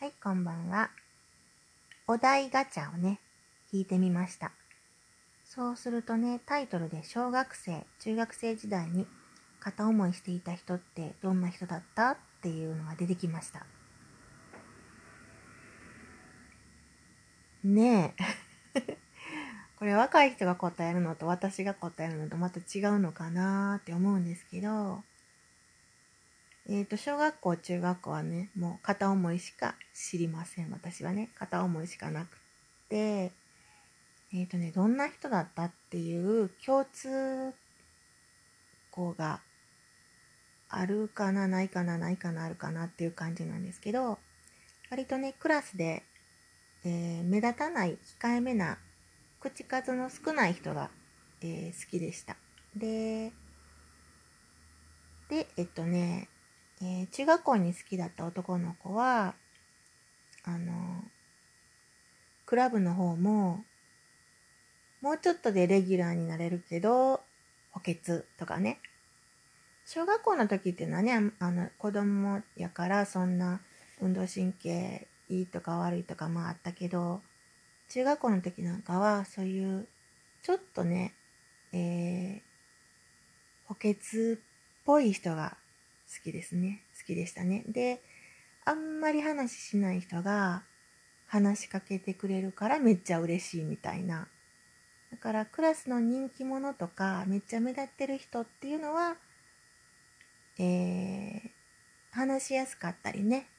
はい、こんばんは。お題ガチャをね、引いてみました。そうするとね、タイトルで小学生、中学生時代に片思いしていた人ってどんな人だったっていうのが出てきました。ねえ。これ若い人が答えるのと私が答えるのとまた違うのかなって思うんですけど、小学校、中学校はね、もう片思いしか知りません。私はね、片思いしかなくて、どんな人だったっていう共通項があるかな、ないかな、ないかな、あるかなっていう感じなんですけど、割とね、クラスで、目立たない、控えめな、口数の少ない人が、好きでした。で、中学校に好きだった男の子は、クラブの方も、もうちょっとでレギュラーになれるけど、補欠とかね。小学校の時っていうのはね、子供やからそんな運動神経いいとか悪いとかあったけど、中学校の時なんかはそういうちょっとね、補欠っぽい人が好きですね。好きでしたね。で、あんまり話しない人が話しかけてくれるからめっちゃ嬉しいみたいな。だからクラスの人気者とかめっちゃ目立ってる人っていうのは、話しやすかったりね、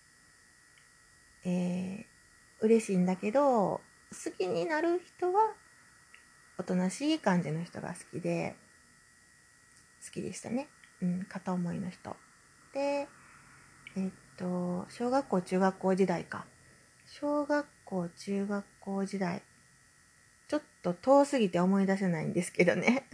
嬉しいんだけど、好きになる人はおとなしい感じの人が好きで、好きでしたね。片思いの人。で、小学校、中学校時代か。小学校、中学校時代。ちょっと遠すぎて思い出せないんですけどね。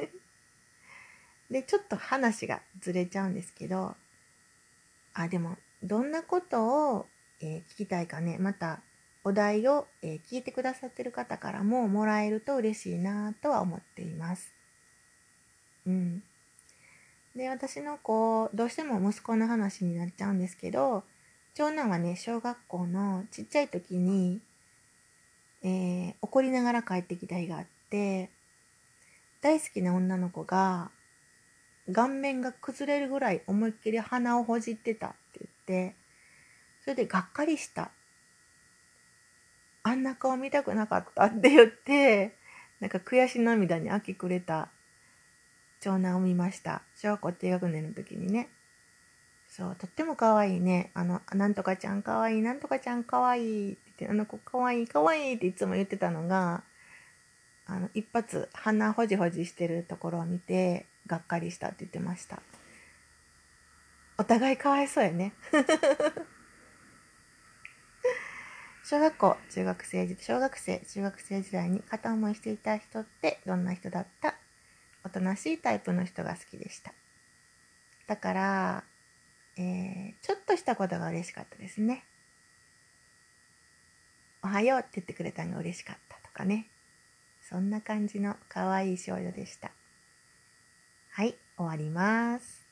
で、ちょっと話がずれちゃうんですけど、でも、どんなことを、聞きたいかね、また、お題を、聞いてくださってる方からももらえると嬉しいなとは思っています。で、私のどうしても息子の話になっちゃうんですけど、長男はね、小学校のちっちゃい時に、怒りながら帰ってきた日があって、大好きな女の子が、顔面が崩れるぐらい思いっきり鼻をほじってたって言って、それでがっかりした。あんな顔見たくなかったって言って、なんか悔し涙に明け暮れた長男を見ました。小学校低学年の時にね。そう、とっても可愛いね。なんとかちゃん可愛い、なんとかちゃん可愛いって言って、あの子可愛い、可愛いっていつも言ってたのが、一発鼻ほじほじしてるところを見て、がっかりしたって言ってました。お互いかわいそうやね。小学校、中学生、中学生時代に片思いしていた人ってどんな人だった？おとなしいタイプの人が好きでした。だから、ちょっとしたことが嬉しかったですね。おはようって言ってくれたのが嬉しかったとかね。そんな感じの可愛い少女でした。はい、終わります。